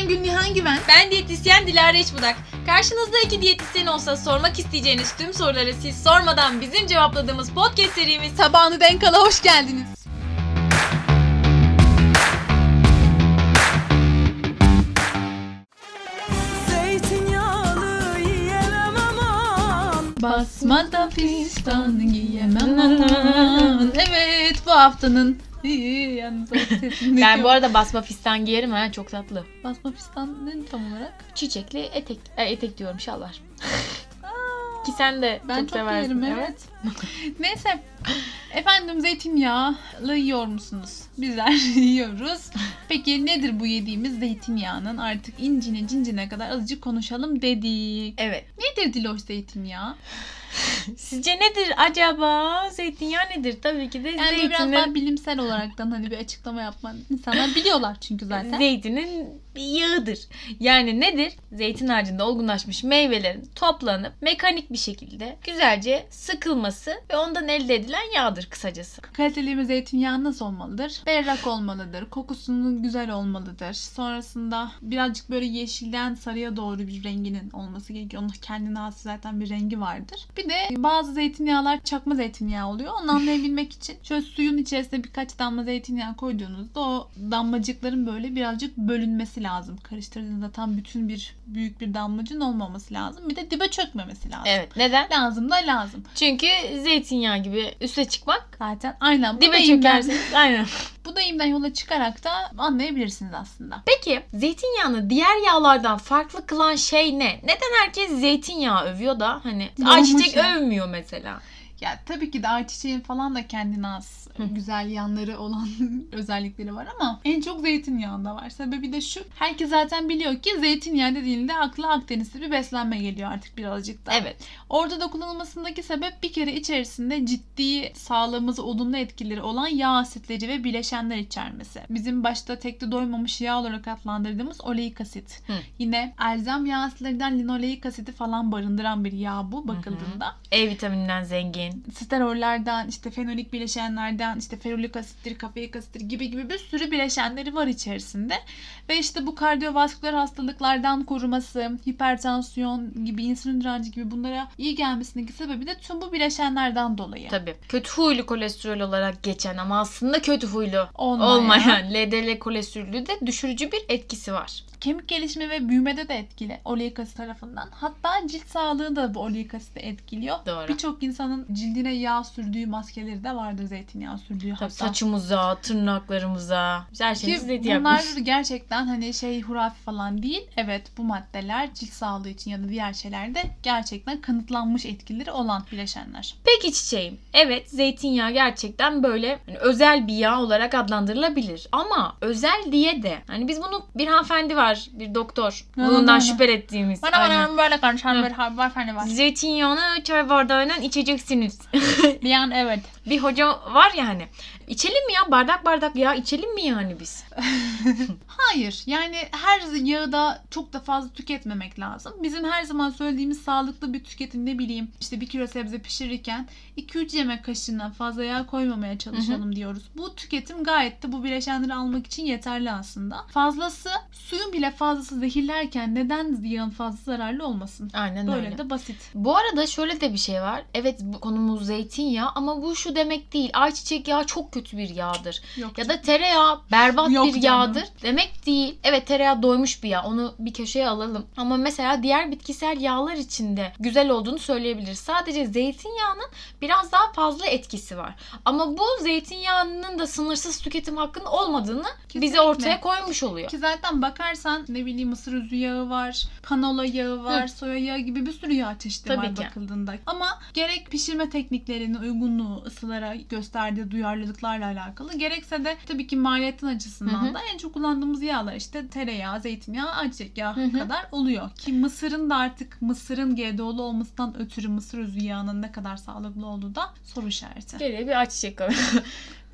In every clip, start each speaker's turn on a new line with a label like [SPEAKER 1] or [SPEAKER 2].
[SPEAKER 1] diyetisyen Gülnihan Güven.
[SPEAKER 2] Ben diyetisyen Dilara İçbudak. Karşınızda iki diyetisyen olsa sormak isteyeceğiniz tüm soruları siz sormadan bizim cevapladığımız podcast serimiz
[SPEAKER 1] Tabağını denk ala hoş geldiniz. Basmada fistan giyemem aman. Evet, bu haftanın
[SPEAKER 2] ben bu arada basma fistan giyerim ha, çok tatlı.
[SPEAKER 1] Basma fistan ne tam olarak?
[SPEAKER 2] Çiçekli etek. Etek diyorum şalvar. Ki sen de
[SPEAKER 1] ben
[SPEAKER 2] çok seversin.
[SPEAKER 1] Yerim, evet. Neyse. Efendim, zeytinyağlı yiyor musunuz? Bizler yiyoruz. Peki nedir bu yediğimiz zeytinyağının artık incine cincine kadar azıcık konuşalım dedik.
[SPEAKER 2] Evet.
[SPEAKER 1] Nedir Diloş zeytinyağı?
[SPEAKER 2] Sizce nedir acaba? Zeytinyağı nedir? Tabii ki de
[SPEAKER 1] yani
[SPEAKER 2] zeytinin...
[SPEAKER 1] biraz daha bilimsel olaraktan hani bir açıklama yapman. İnsanlar biliyorlar çünkü zaten.
[SPEAKER 2] Zeytinin yağıdır. Yani nedir? Zeytin ağacında olgunlaşmış meyvelerin toplanıp mekanik bir şekilde güzelce sıkılması ve ondan elde edilen yağdır kısacası.
[SPEAKER 1] Kaliteli bir zeytinyağı nasıl olmalıdır? Berrak olmalıdır. Kokusunun güzel olmalıdır. Sonrasında birazcık böyle yeşilden sarıya doğru bir renginin olması gerekiyor. Onun kendine has zaten bir rengi vardır. Bir de bazı zeytinyağlar çakma zeytinyağı oluyor. Onu anlayabilmek için şöyle suyun içerisine birkaç damla zeytinyağı koyduğunuzda o damlacıkların böyle birazcık bölünmesi lazım. Karıştırdığınızda tam bütün büyük bir damlacığın olmaması lazım. Bir de dibe çökmemesi lazım.
[SPEAKER 2] Evet. Neden?
[SPEAKER 1] Lazım da lazım.
[SPEAKER 2] Çünkü zeytinyağı gibi üste çıkmak
[SPEAKER 1] zaten aynen.
[SPEAKER 2] Dibe çökerseniz aynen.
[SPEAKER 1] Bu deyimden yola çıkarak da anlayabilirsiniz aslında.
[SPEAKER 2] Peki zeytinyağını diğer yağlardan farklı kılan şey ne? Neden herkes zeytinyağı övüyor da hani ayçiçek övmüyor mesela?
[SPEAKER 1] Ya tabii ki de ayçiçeğin falan da kendine has güzel yanları olan özellikleri var ama en çok zeytinyağında var. Sebebi de şu. Herkes zaten biliyor ki zeytinyağı dediğinde akla Akdeniz'de bir beslenme geliyor artık birazcık da.
[SPEAKER 2] Evet.
[SPEAKER 1] Orada da kullanılmasındaki sebep bir kere içerisinde ciddi sağlığımıza olumlu etkileri olan yağ asitleri ve bileşenler içermesi. Bizim başta tekte doymamış yağ olarak adlandırdığımız oleik asit. Yine elzem yağ asitlerinden linoleik asiti falan barındıran bir yağ bu bakıldığında.
[SPEAKER 2] E vitamininden zengin.
[SPEAKER 1] Sterollerden, işte fenolik bileşenlerden, işte ferulik asittir, kafeik asittir gibi bir sürü bileşenleri var içerisinde. Ve işte bu kardiyovasküler hastalıklardan koruması, hipertansiyon gibi, insülin direnci gibi bunlara iyi gelmesindeki sebebi de tüm bu bileşenlerden dolayı.
[SPEAKER 2] Tabii. Kötü huylu kolesterol olarak geçen ama aslında kötü huylu olmayan LDL kolesterolü de düşürücü bir etkisi var.
[SPEAKER 1] Kemik gelişimi ve büyümede de etkili oleik asit tarafından. Hatta cilt sağlığı da bu oleik asiti etkiliyor.
[SPEAKER 2] Doğru.
[SPEAKER 1] Birçok insanın cildine yağ sürdüğü maskeleri de vardır, zeytinyağı sürdüğü.
[SPEAKER 2] Tabii
[SPEAKER 1] hatta.
[SPEAKER 2] Saçımıza, tırnaklarımıza, her şeyimizi zeytinyağı
[SPEAKER 1] bunlar gerçekten hani hurafi falan değil. Evet, bu maddeler cilt sağlığı için ya da diğer şeylerde gerçekten kanıtlanmış etkileri olan bileşenler.
[SPEAKER 2] Peki çiçeğim. Evet, zeytinyağı gerçekten böyle hani özel bir yağ olarak adlandırılabilir. Ama özel diye de hani biz bunu bir hanımefendi var, bir doktor. Bundan şüphe ettiğimiz.
[SPEAKER 1] Bana böyle konuşan bir hanımefendi var.
[SPEAKER 2] Zeytinyağını çay bardağından içeceksiniz.
[SPEAKER 1] Yani evet.
[SPEAKER 2] Bir hoca var ya hani. İçelim mi ya? Bardak yağ içelim mi yani biz?
[SPEAKER 1] Hayır. Yani her yağı da çok da fazla tüketmemek lazım. Bizim her zaman söylediğimiz sağlıklı bir tüketim, ne bileyim işte 1 kilo sebze pişirirken 2-3 yemek kaşığından fazla yağ koymamaya çalışalım diyoruz. Bu tüketim gayet de bu bileşenleri almak için yeterli aslında. Fazlası, suyun bile fazlası zehirlerken neden yağın fazlası zararlı olmasın?
[SPEAKER 2] Aynen
[SPEAKER 1] böyle
[SPEAKER 2] öyle.
[SPEAKER 1] de basit.
[SPEAKER 2] Bu arada şöyle de bir şey var. Evet, bu konumuz zeytinyağı ama bu şu demek değil. Ayçiçek yağı çok kötü bir yağdır.
[SPEAKER 1] Yok.
[SPEAKER 2] Ya da tereyağı berbat bir
[SPEAKER 1] canım.
[SPEAKER 2] yağdır demek değil. Evet, tereyağı doymuş bir yağ. Onu bir köşeye alalım. Ama mesela diğer bitkisel yağlar içinde güzel olduğunu söyleyebiliriz. Sadece zeytinyağının biraz daha fazla etkisi var. Ama bu zeytinyağının da sınırsız tüketim hakkının olmadığını bize ortaya koymuş oluyor.
[SPEAKER 1] Ki zaten bakarsan ne bileyim mısır özü yağı var, kanola yağı var, soya yağı gibi bir sürü yağ çeşidi
[SPEAKER 2] Tabii
[SPEAKER 1] var
[SPEAKER 2] ki.
[SPEAKER 1] Bakıldığında. Ama gerek pişirme tekniklerinin uygunluğu, ısılara gösterdiği duyarlılıklarla alakalı, gerekse de tabii ki maliyetin açısından da en çok kullandığımız yağlar işte tereyağı, zeytinyağı, ayçiçek yağı kadar oluyor. Ki mısırın da artık mısırın GDO'lu olmasından ötürü mısır özü yağının ne kadar sağlıklı olduğu da soru işareti.
[SPEAKER 2] Geriye bir ayçiçek yağı.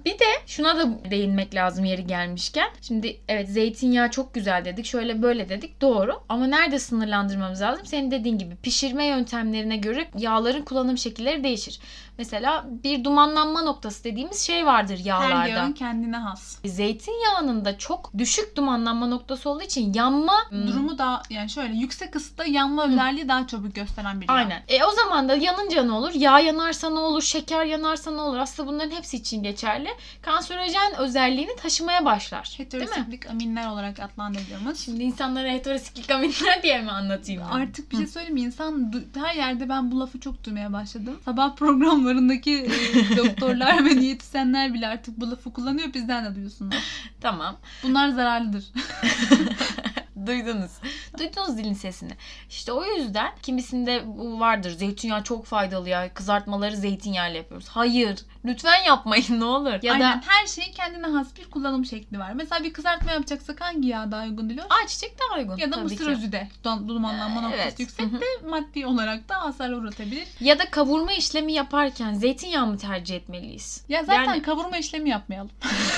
[SPEAKER 2] Bir de şuna da değinmek lazım yeri gelmişken. Şimdi evet zeytinyağı çok güzel dedik. Şöyle böyle dedik. Doğru. Ama nerede sınırlandırmamız lazım? Senin dediğin gibi pişirme yöntemlerine göre yağların kullanım şekilleri değişir. Mesela bir dumanlanma noktası dediğimiz şey vardır yağlarda.
[SPEAKER 1] Her yağın kendine has.
[SPEAKER 2] Zeytinyağının da çok düşük dumanlanma noktası olduğu için yanma
[SPEAKER 1] durumu daha yani şöyle yüksek ısıda yanma özelliği daha çabuk gösteren bir yağ.
[SPEAKER 2] Aynen. O zaman da yanınca ne olur? Yağ yanarsa ne olur? Şeker yanarsa ne olur? Aslında bunların hepsi için geçerli. Kanserojen özelliğini taşımaya başlar.
[SPEAKER 1] Heterosiklik aminler olarak adlandırdığımız.
[SPEAKER 2] Şimdi insanlara heterosiklik aminler diye mi anlatayım?
[SPEAKER 1] Artık bir şey söyleyeyim mi? İnsan her yerde ben bu lafı çok duymaya başladım. Sabah programlarındaki doktorlar ve diyetisyenler bile artık bu lafı kullanıyor. Bizden de duyuyorsunuz.
[SPEAKER 2] Tamam.
[SPEAKER 1] Bunlar zararlıdır.
[SPEAKER 2] Duydunuz. Duydunuz dilin sesini. İşte o yüzden kimisinde bu vardır. Zeytinyağı çok faydalı ya. Kızartmaları zeytinyağıyla yapıyoruz. Hayır. Lütfen yapmayın ne olur. Ya
[SPEAKER 1] aynen.
[SPEAKER 2] da
[SPEAKER 1] Her şeyin kendine has bir kullanım şekli var. Mesela bir kızartma yapacaksak hangi yağ daha uygun diyor?
[SPEAKER 2] ayçiçek daha uygun.
[SPEAKER 1] Ya da mısır özü de dumanlanma noktası
[SPEAKER 2] evet.
[SPEAKER 1] yüksek de maddi olarak da hasar uğratabilir.
[SPEAKER 2] Ya da kavurma işlemi yaparken zeytinyağı mı tercih etmeliyiz?
[SPEAKER 1] Ya zaten kavurma işlemi yapmayalım.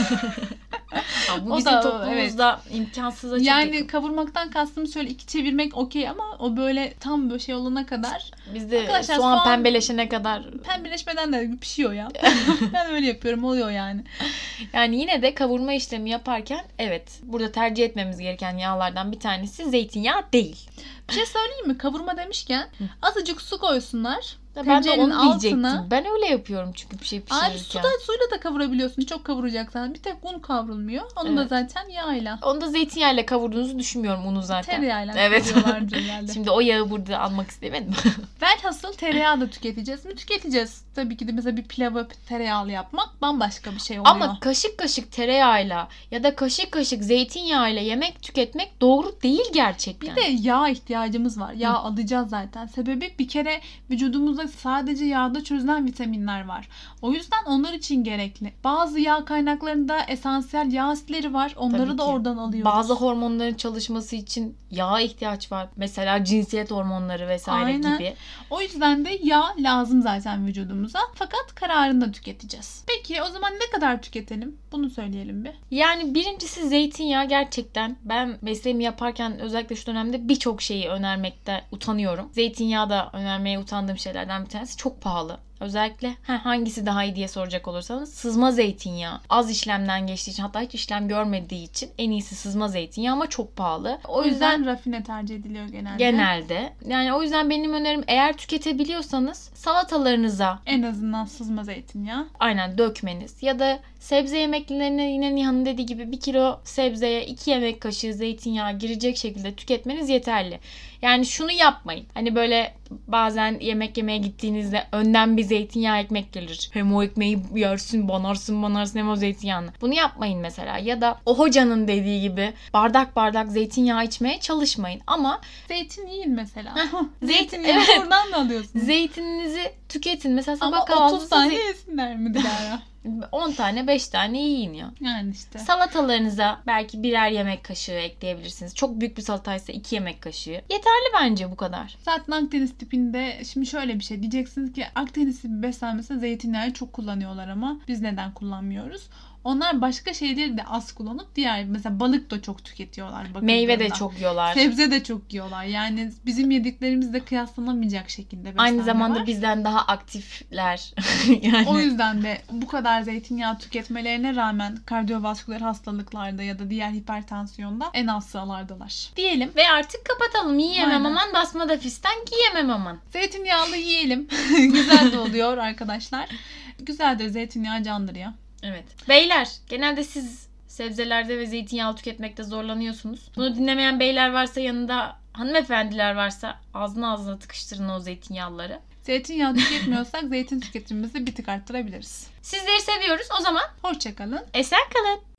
[SPEAKER 2] Bu bizim toplumumuzda imkansıza çok
[SPEAKER 1] yani
[SPEAKER 2] yakın.
[SPEAKER 1] Kavurmaktan kastımız şöyle iki çevirmek okey ama o böyle tam böyle şey olana kadar.
[SPEAKER 2] Bizde soğan pembeleşene kadar.
[SPEAKER 1] Pembeleşmeden de pişiyor ya. Ben öyle yapıyorum, oluyor yani.
[SPEAKER 2] Yani yine de kavurma işlemi yaparken evet burada tercih etmemiz gereken yağlardan bir tanesi zeytinyağı değil.
[SPEAKER 1] Bir şey söyleyeyim mi? Kavurma demişken azıcık su koysunlar.
[SPEAKER 2] Ben de onu diyecektim.
[SPEAKER 1] Altına.
[SPEAKER 2] Ben öyle yapıyorum çünkü bir şey pişirirken.
[SPEAKER 1] Abi suyla da kavurabiliyorsun. Çok kavuracaksan. Bir tek un kavrulmuyor. Onu da zaten yağıyla.
[SPEAKER 2] Onu da zeytinyağıyla kavurduğunuzu düşünmüyorum unu zaten.
[SPEAKER 1] Tereyağıyla
[SPEAKER 2] evet.
[SPEAKER 1] herhalde.
[SPEAKER 2] Şimdi o yağı burada almak istemedim.
[SPEAKER 1] Velhasıl tereyağı da tüketeceğiz mi? Tüketeceğiz. Tabii ki de mesela bir pilavı tereyağlı yapmak bambaşka bir şey oluyor.
[SPEAKER 2] Ama kaşık kaşık tereyağıyla ya da kaşık kaşık zeytinyağıyla yemek tüketmek doğru değil gerçekten.
[SPEAKER 1] Bir de yağ ihtiyacımız var. Yağ alacağız zaten. Sebebi bir kere vücudumuzda sadece yağda çözülen vitaminler var. O yüzden onlar için gerekli. Bazı yağ kaynaklarında esansiyel yağ asitleri var. Onları da oradan alıyoruz.
[SPEAKER 2] Bazı hormonların çalışması için yağa ihtiyaç var. Mesela cinsiyet hormonları vesaire gibi.
[SPEAKER 1] O yüzden de yağ lazım zaten vücudumuza. Fakat kararında tüketeceğiz. Peki o zaman ne kadar tüketelim? Bunu söyleyelim bir.
[SPEAKER 2] Yani birincisi zeytinyağı gerçekten ben mesleğimi yaparken özellikle şu dönemde birçok şeyi önermekte utanıyorum. Zeytinyağı da önermeye utandığım şeylerden bir tanesi. Çok pahalı. Özellikle hangisi daha iyi diye soracak olursanız sızma zeytinyağı. Az işlemden geçtiği için hatta hiç işlem görmediği için en iyisi sızma zeytinyağı ama çok pahalı.
[SPEAKER 1] O yüzden rafine tercih ediliyor genelde.
[SPEAKER 2] Genelde. Yani o yüzden benim önerim eğer tüketebiliyorsanız salatalarınıza
[SPEAKER 1] en azından sızma zeytinyağı.
[SPEAKER 2] Aynen dökmeniz. Ya da sebze yemeklerine yine Nihan'ın dediği gibi 1 kilo sebzeye 2 yemek kaşığı zeytinyağı girecek şekilde tüketmeniz yeterli. Yani şunu yapmayın. Hani böyle bazen yemek yemeye gittiğinizde önden bir zeytinyağı ekmek gelir. Hem o ekmeği yersin, banarsın hem o zeytinyağını. Bunu yapmayın mesela. Ya da o hocanın dediği gibi bardak bardak zeytinyağı içmeye çalışmayın. Ama
[SPEAKER 1] zeytin yiyin mesela.
[SPEAKER 2] Zeytinyağı
[SPEAKER 1] oradan da alıyorsunuz.
[SPEAKER 2] Zeytininizi tüketin. Mesela sabah
[SPEAKER 1] ama
[SPEAKER 2] kahvaltısı
[SPEAKER 1] 30 tane yesinler mi Dilara?
[SPEAKER 2] 10 tane 5 tane yiyin ya.
[SPEAKER 1] Yani işte.
[SPEAKER 2] Salatalarınıza belki birer yemek kaşığı ekleyebilirsiniz. Çok büyük bir salataysa 2 yemek kaşığı. Yeterli bence bu kadar.
[SPEAKER 1] Zaten Akdeniz tipinde şimdi şöyle bir şey diyeceksiniz ki Akdeniz tipi beslenmesinde zeytinyağı çok kullanıyorlar ama biz neden kullanmıyoruz? Onlar başka şeyleri de az kullanıp diğer mesela balık da çok tüketiyorlar.
[SPEAKER 2] Meyve de çok yiyorlar.
[SPEAKER 1] Sebze de çok yiyorlar. Yani bizim yediklerimizle kıyaslanamayacak şekilde beslenme
[SPEAKER 2] aynı zamanda
[SPEAKER 1] var.
[SPEAKER 2] Bizden daha aktifler. Yani.
[SPEAKER 1] O yüzden de bu kadar zeytinyağı tüketmelerine rağmen kardiyovasküler hastalıklarda ya da diğer hipertansiyonda en az sıralardalar. Diyelim.
[SPEAKER 2] Ve artık kapatalım. Yiyemem aman basmada fistan giyemem aman.
[SPEAKER 1] Zeytinyağlı yiyelim. Güzel de oluyor arkadaşlar. Güzeldir, zeytinyağı candır ya.
[SPEAKER 2] Evet. Beyler genelde siz sebzelerde ve zeytinyağı tüketmekte zorlanıyorsunuz. Bunu dinlemeyen beyler varsa yanında hanımefendiler varsa ağzına tıkıştırın o zeytinyağlıları.
[SPEAKER 1] Zeytinyağı tüketmiyorsak zeytin tüketimimizi bir tık arttırabiliriz.
[SPEAKER 2] Sizleri seviyoruz. O zaman
[SPEAKER 1] hoşça kalın.
[SPEAKER 2] Esen kalın.